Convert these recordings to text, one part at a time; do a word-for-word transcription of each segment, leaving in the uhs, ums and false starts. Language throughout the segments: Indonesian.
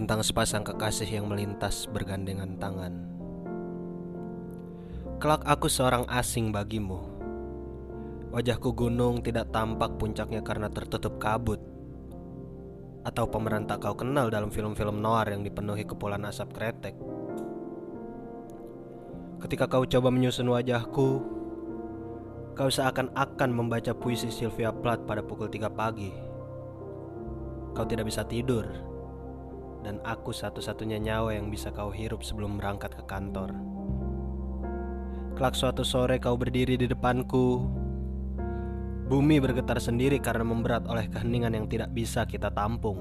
tentang sepasang kekasih yang melintas bergandengan tangan. Kelak aku seorang asing bagimu. Wajahku gunung tidak tampak puncaknya karena tertutup kabut, atau pemeran tak kau kenal dalam film-film noir yang dipenuhi kepulan asap kretek. Ketika kau coba menyusun wajahku, kau seakan-akan membaca puisi Sylvia Plath pada pukul tiga pagi. Kau tidak bisa tidur, dan aku satu-satunya nyawa yang bisa kau hirup sebelum berangkat ke kantor. Kelak suatu sore kau berdiri di depanku. Bumi bergetar sendiri karena memberat oleh keheningan yang tidak bisa kita tampung.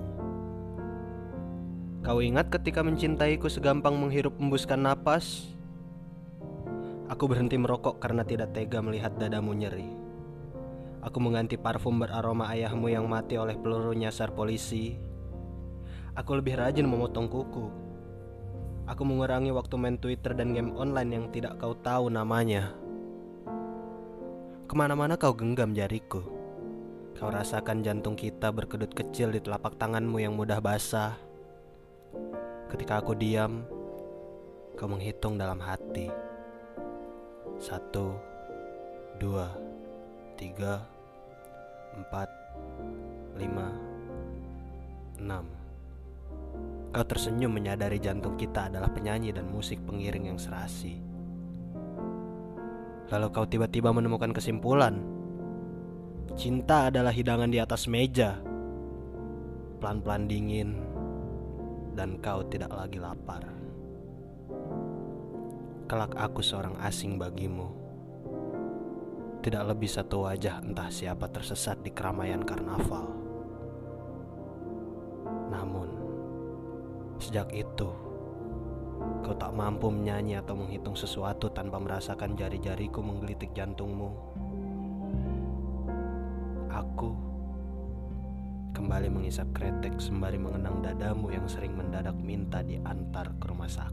Kau ingat ketika mencintaiku segampang menghirup embuskan napas? Aku berhenti merokok karena tidak tega melihat dadamu nyeri. Aku mengganti parfum beraroma ayahmu yang mati oleh peluru nyasar polisi. Aku lebih rajin memotong kuku. Aku mengurangi waktu main Twitter dan game online yang tidak kau tahu namanya. Kemana-mana kau genggam jariku. Kau rasakan jantung kita berkedut kecil di telapak tanganmu yang mudah basah. Ketika aku diam, kau menghitung dalam hati. Satu, dua, tiga, empat, lima, enam. Kau tersenyum menyadari jantung kita adalah penyanyi dan musik pengiring yang serasi. Lalu kau tiba-tiba menemukan kesimpulan. Cinta adalah hidangan di atas meja. Pelan-pelan dingin, dan kau tidak lagi lapar. Kelak aku seorang asing bagimu. Tidak lebih satu wajah entah siapa tersesat di keramaian karnaval. Namun, sejak itu, kau tak mampu menyanyi atau menghitung sesuatu tanpa merasakan jari-jariku menggelitik jantungmu. Aku kembali mengisap kretek sembari mengenang dadamu yang sering mendadak minta diantar ke rumah sakit.